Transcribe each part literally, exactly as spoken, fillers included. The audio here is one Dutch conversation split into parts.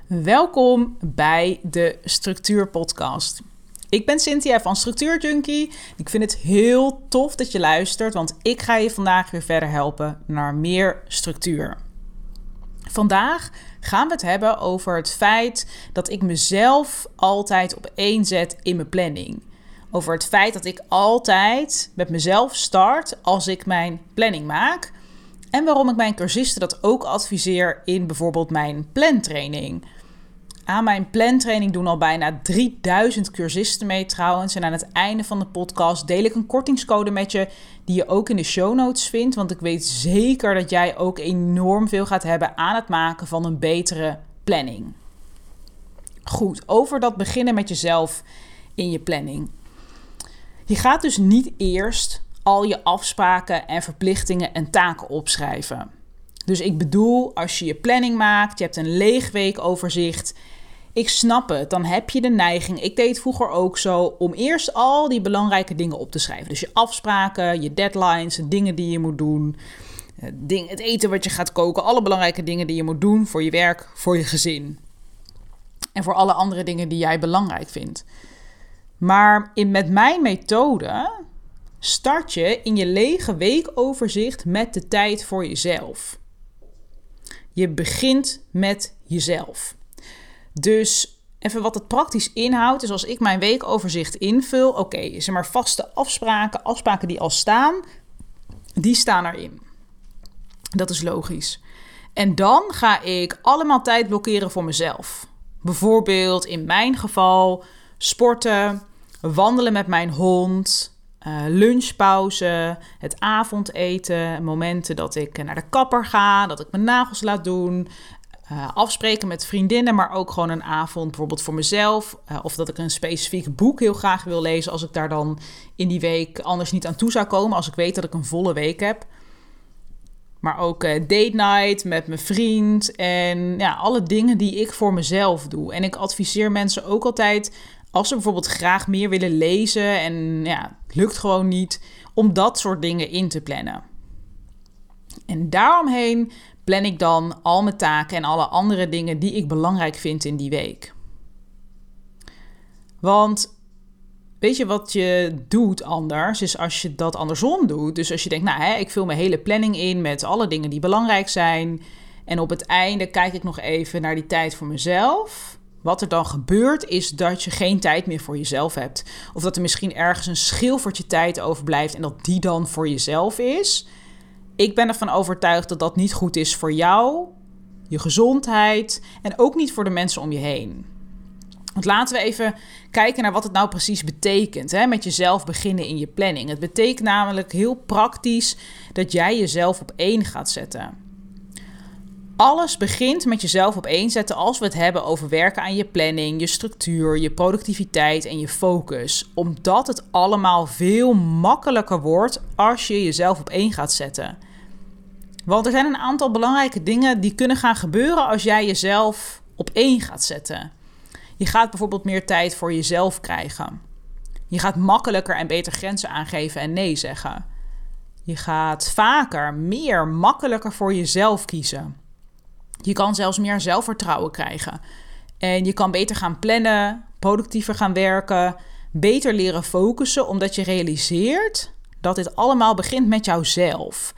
Welkom bij de Structuur Podcast. Ik ben Cynthia van Structuur Junkie. Ik vind het heel tof dat je luistert, want ik ga je vandaag weer verder helpen naar meer structuur. Vandaag gaan we het hebben over het feit dat ik mezelf altijd op één zet in mijn planning. Over het feit dat ik altijd met mezelf start als ik mijn planning maak. En waarom ik mijn cursisten dat ook adviseer in bijvoorbeeld mijn plantraining. Aan mijn plantraining doen al bijna drieduizend cursisten mee trouwens. En aan het einde van de podcast deel ik een kortingscode met je die je ook in de show notes vindt. Want ik weet zeker dat jij ook enorm veel gaat hebben aan het maken van een betere planning. Goed, over dat beginnen met jezelf in je planning. Je gaat dus niet eerst al je afspraken en verplichtingen en taken opschrijven. Dus ik bedoel, als je je planning maakt, je hebt een leeg weekoverzicht. Ik snap het, dan heb je de neiging, ik deed het vroeger ook zo, om eerst al die belangrijke dingen op te schrijven. Dus je afspraken, je deadlines, de dingen die je moet doen, het eten wat je gaat koken, alle belangrijke dingen die je moet doen voor je werk, voor je gezin. En voor alle andere dingen die jij belangrijk vindt. Maar in, met mijn methode start je in je lege weekoverzicht met de tijd voor jezelf. Je begint met jezelf. Dus even wat het praktisch inhoudt, is als ik mijn weekoverzicht invul, oké, okay, zeg maar vaste afspraken, afspraken die al staan, die staan erin. Dat is logisch. En dan ga ik allemaal tijd blokkeren voor mezelf. Bijvoorbeeld in mijn geval sporten, wandelen met mijn hond, Uh, lunchpauze, het avondeten, momenten dat ik naar de kapper ga, dat ik mijn nagels laat doen, uh, afspreken met vriendinnen, maar ook gewoon een avond bijvoorbeeld voor mezelf. Uh, of dat ik een specifiek boek heel graag wil lezen als ik daar dan in die week anders niet aan toe zou komen, als ik weet dat ik een volle week heb. Maar ook uh, date night met mijn vriend en ja, alle dingen die ik voor mezelf doe. En ik adviseer mensen ook altijd, als ze bijvoorbeeld graag meer willen lezen en ja, het lukt gewoon niet, om dat soort dingen in te plannen. En daaromheen plan ik dan al mijn taken en alle andere dingen die ik belangrijk vind in die week. Want weet je wat je doet anders, is als je dat andersom doet. Dus als je denkt, nou hè, ik vul mijn hele planning in met alle dingen die belangrijk zijn. En op het einde kijk ik nog even naar die tijd voor mezelf. Wat er dan gebeurt is dat je geen tijd meer voor jezelf hebt. Of dat er misschien ergens een schilfertje tijd overblijft en dat die dan voor jezelf is. Ik ben ervan overtuigd dat dat niet goed is voor jou, je gezondheid en ook niet voor de mensen om je heen. Want laten we even kijken naar wat het nou precies betekent, hè, met jezelf beginnen in je planning. Het betekent namelijk heel praktisch dat jij jezelf op één gaat zetten. Alles begint met jezelf op één zetten als we het hebben over werken aan je planning, je structuur, je productiviteit en je focus. Omdat het allemaal veel makkelijker wordt als je jezelf op één gaat zetten. Want er zijn een aantal belangrijke dingen die kunnen gaan gebeuren als jij jezelf op één gaat zetten. Je gaat bijvoorbeeld meer tijd voor jezelf krijgen. Je gaat makkelijker en beter grenzen aangeven en nee zeggen. Je gaat vaker, meer, makkelijker voor jezelf kiezen. Je kan zelfs meer zelfvertrouwen krijgen. En je kan beter gaan plannen, productiever gaan werken, beter leren focussen, omdat je realiseert dat dit allemaal begint met jouzelf.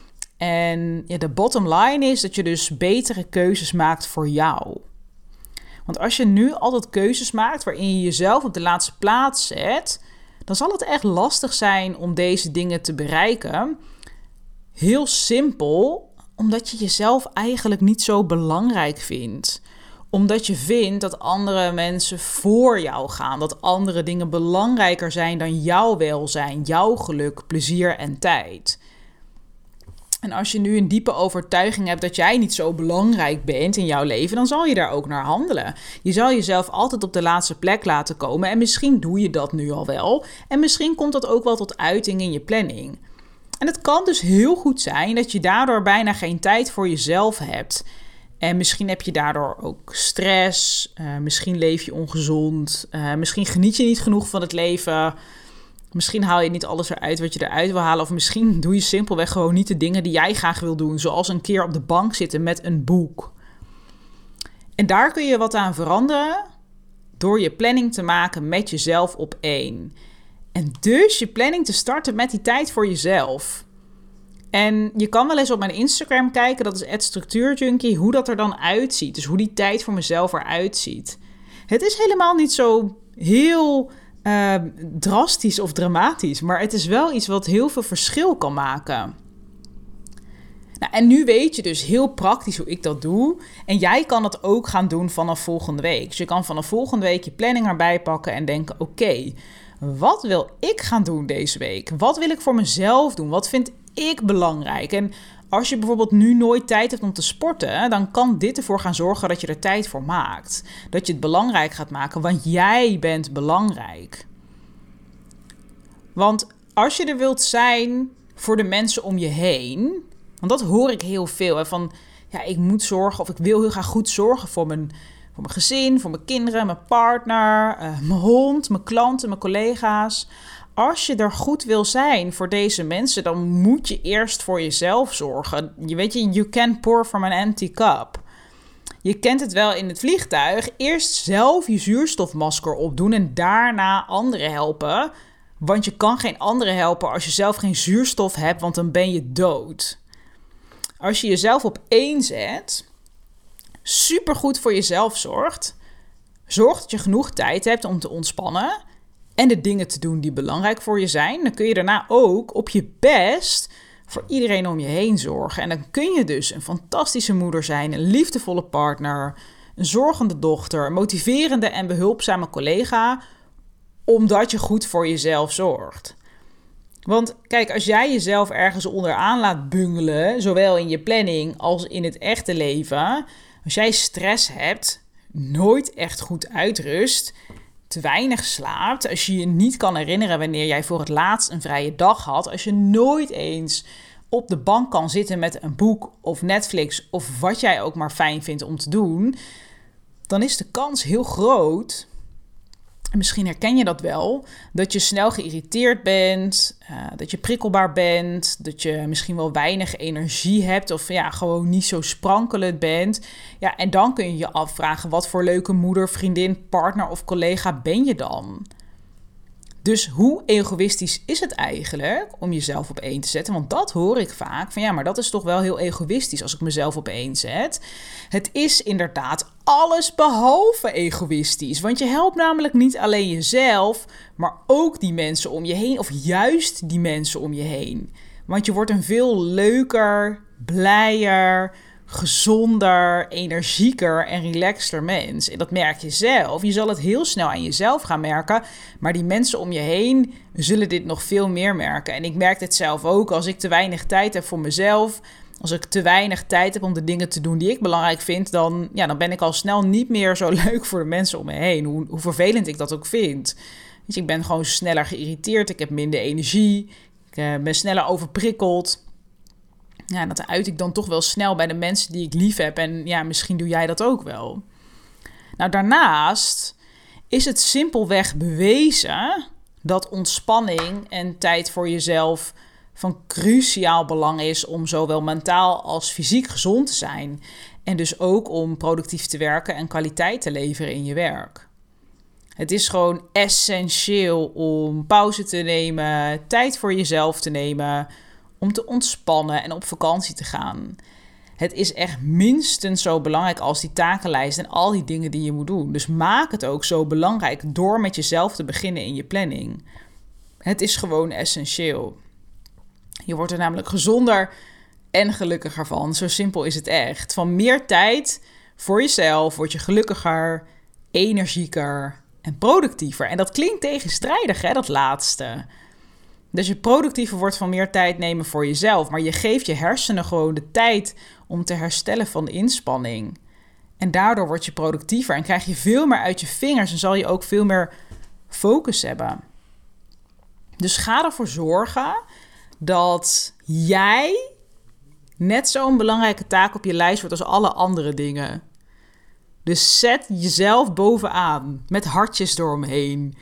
En ja, de bottom line is dat je dus betere keuzes maakt voor jou. Want als je nu altijd keuzes maakt waarin je jezelf op de laatste plaats zet, dan zal het echt lastig zijn om deze dingen te bereiken. Heel simpel, omdat je jezelf eigenlijk niet zo belangrijk vindt. Omdat je vindt dat andere mensen voor jou gaan. Dat andere dingen belangrijker zijn dan jouw welzijn, jouw geluk, plezier en tijd. En als je nu een diepe overtuiging hebt dat jij niet zo belangrijk bent in jouw leven, dan zal je daar ook naar handelen. Je zal jezelf altijd op de laatste plek laten komen en misschien doe je dat nu al wel. En misschien komt dat ook wel tot uiting in je planning. En het kan dus heel goed zijn dat je daardoor bijna geen tijd voor jezelf hebt. En misschien heb je daardoor ook stress, uh, misschien leef je ongezond, uh, misschien geniet je niet genoeg van het leven. Misschien haal je niet alles eruit wat je eruit wil halen. Of misschien doe je simpelweg gewoon niet de dingen die jij graag wil doen. Zoals een keer op de bank zitten met een boek. En daar kun je wat aan veranderen door je planning te maken met jezelf op één. En dus je planning te starten met die tijd voor jezelf. En je kan wel eens op mijn Instagram kijken, dat is at structuurjunkie, hoe dat er dan uitziet. Dus hoe die tijd voor mezelf eruit ziet. Het is helemaal niet zo heel uh, drastisch of dramatisch, maar het is wel iets wat heel veel verschil kan maken. Nou, en nu weet je dus heel praktisch hoe ik dat doe. En jij kan het ook gaan doen vanaf volgende week. Dus je kan vanaf volgende week je planning erbij pakken en denken, oké, okay, wat wil ik gaan doen deze week? Wat wil ik voor mezelf doen? Wat vind ik belangrijk? En als je bijvoorbeeld nu nooit tijd hebt om te sporten, dan kan dit ervoor gaan zorgen dat je er tijd voor maakt. Dat je het belangrijk gaat maken, want jij bent belangrijk. Want als je er wilt zijn voor de mensen om je heen, want dat hoor ik heel veel, hè, van ja, ik moet zorgen of ik wil heel graag goed zorgen voor mijn, voor mijn gezin, voor mijn kinderen, mijn partner, uh, mijn hond, mijn klanten, mijn collega's. Als je er goed wil zijn voor deze mensen, dan moet je eerst voor jezelf zorgen. Je weet je, you can't pour from an empty cup. Je kent het wel in het vliegtuig. Eerst zelf je zuurstofmasker opdoen en daarna anderen helpen. Want je kan geen anderen helpen als je zelf geen zuurstof hebt, want dan ben je dood. Als je jezelf op één zet, supergoed voor jezelf zorgt, zorg dat je genoeg tijd hebt om te ontspannen en de dingen te doen die belangrijk voor je zijn, dan kun je daarna ook op je best voor iedereen om je heen zorgen. En dan kun je dus een fantastische moeder zijn, een liefdevolle partner, een zorgende dochter, een motiverende en behulpzame collega, omdat je goed voor jezelf zorgt. Want kijk, als jij jezelf ergens onderaan laat bungelen, zowel in je planning als in het echte leven, als jij stress hebt, nooit echt goed uitrust, te weinig slaapt, als je je niet kan herinneren wanneer jij voor het laatst een vrije dag had, als je nooit eens op de bank kan zitten met een boek of Netflix of wat jij ook maar fijn vindt om te doen, dan is de kans heel groot, en misschien herken je dat wel, dat je snel geïrriteerd bent, uh, dat je prikkelbaar bent, dat je misschien wel weinig energie hebt of ja, gewoon niet zo sprankelend bent. Ja, en dan kun je je afvragen, wat voor leuke moeder, vriendin, partner of collega ben je dan? Dus hoe egoïstisch is het eigenlijk om jezelf op één te zetten? Want dat hoor ik vaak, van ja, maar dat is toch wel heel egoïstisch als ik mezelf op één zet. Het is inderdaad alles behalve egoïstisch. Want je helpt namelijk niet alleen jezelf, maar ook die mensen om je heen. Of juist die mensen om je heen. Want je wordt een veel leuker, blijer, gezonder, energieker en relaxter mens. En dat merk je zelf. Je zal het heel snel aan jezelf gaan merken, maar die mensen om je heen zullen dit nog veel meer merken. En ik merk dit zelf ook. Als ik te weinig tijd heb voor mezelf, als ik te weinig tijd heb om de dingen te doen die ik belangrijk vind, dan, ja, dan ben ik al snel niet meer zo leuk voor de mensen om me heen. Hoe, hoe vervelend ik dat ook vind. Dus ik ben gewoon sneller geïrriteerd, ik heb minder energie, ik uh, ben sneller overprikkeld. Ja, dat uit ik dan toch wel snel bij de mensen die ik lief heb. En ja, misschien doe jij dat ook wel. Nou, daarnaast is het simpelweg bewezen dat ontspanning en tijd voor jezelf van cruciaal belang is om zowel mentaal als fysiek gezond te zijn. En dus ook om productief te werken en kwaliteit te leveren in je werk. Het is gewoon essentieel om pauze te nemen, tijd voor jezelf te nemen, om te ontspannen en op vakantie te gaan. Het is echt minstens zo belangrijk als die takenlijst en al die dingen die je moet doen. Dus maak het ook zo belangrijk door met jezelf te beginnen in je planning. Het is gewoon essentieel. Je wordt er namelijk gezonder en gelukkiger van. Zo simpel is het echt. Van meer tijd voor jezelf word je gelukkiger, energieker en productiever. En dat klinkt tegenstrijdig, hè, dat laatste. Dus je productiever wordt van meer tijd nemen voor jezelf. Maar je geeft je hersenen gewoon de tijd om te herstellen van de inspanning. En daardoor word je productiever en krijg je veel meer uit je vingers en zal je ook veel meer focus hebben. Dus ga ervoor zorgen dat jij net zo'n belangrijke taak op je lijst wordt als alle andere dingen. Dus zet jezelf bovenaan met hartjes eromheen.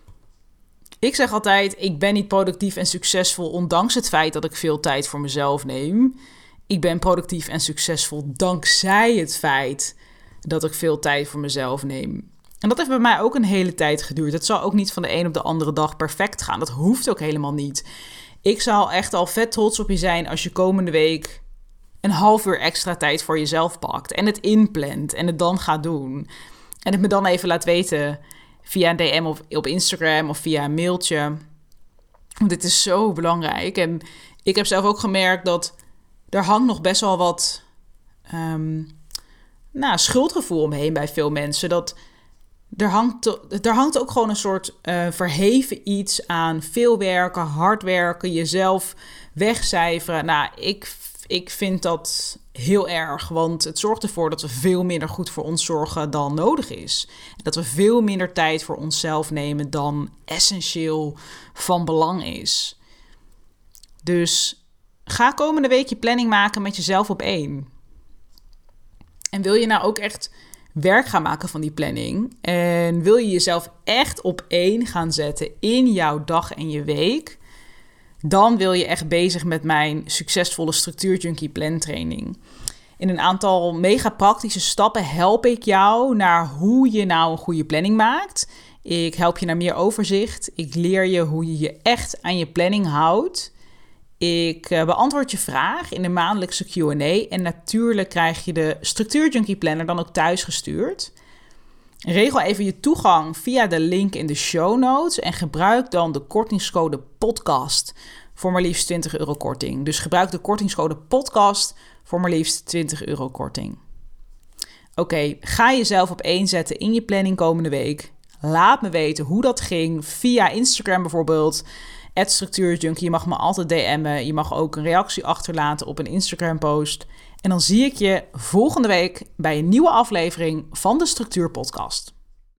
Ik zeg altijd, ik ben niet productief en succesvol ondanks het feit dat ik veel tijd voor mezelf neem. Ik ben productief en succesvol dankzij het feit dat ik veel tijd voor mezelf neem. En dat heeft bij mij ook een hele tijd geduurd. Het zal ook niet van de een op de andere dag perfect gaan. Dat hoeft ook helemaal niet. Ik zal echt al vet trots op je zijn als je komende week een half uur extra tijd voor jezelf pakt. En het inplant en het dan gaat doen. En het me dan even laat weten via een D M of op Instagram of via een mailtje. Want dit is zo belangrijk. En ik heb zelf ook gemerkt dat er hangt nog best wel wat um, nou, schuldgevoel omheen bij veel mensen. Dat er hangt, er hangt ook gewoon een soort uh, verheven iets aan veel werken, hard werken, jezelf wegcijferen. Nou, ik, ik vind dat heel erg, want het zorgt ervoor dat we veel minder goed voor ons zorgen dan nodig is. Dat we veel minder tijd voor onszelf nemen dan essentieel van belang is. Dus ga komende week je planning maken met jezelf op één. En wil je nou ook echt werk gaan maken van die planning en wil je jezelf echt op één gaan zetten in jouw dag en je week, dan wil je echt bezig met mijn succesvolle Structuur Junkie plantraining. In een aantal mega praktische stappen help ik jou naar hoe je nou een goede planning maakt. Ik help je naar meer overzicht. Ik leer je hoe je je echt aan je planning houdt. Ik uh, beantwoord je vraag in de maandelijkse Q en A. En natuurlijk krijg je de Structuur Junkie Planner dan ook thuis gestuurd. Regel even je toegang via de link in de show notes. En gebruik dan de kortingscode podcast voor maar liefst twintig euro korting. Dus gebruik de kortingscode podcast voor maar liefst twintig euro korting. Oké, okay, ga jezelf op één zetten in je planning komende week. Laat me weten hoe dat ging via Instagram bijvoorbeeld. at structuurjunkie. Je mag me altijd D M'en. Je mag ook een reactie achterlaten op een Instagram post. En dan zie ik je volgende week bij een nieuwe aflevering van de Structuur Podcast.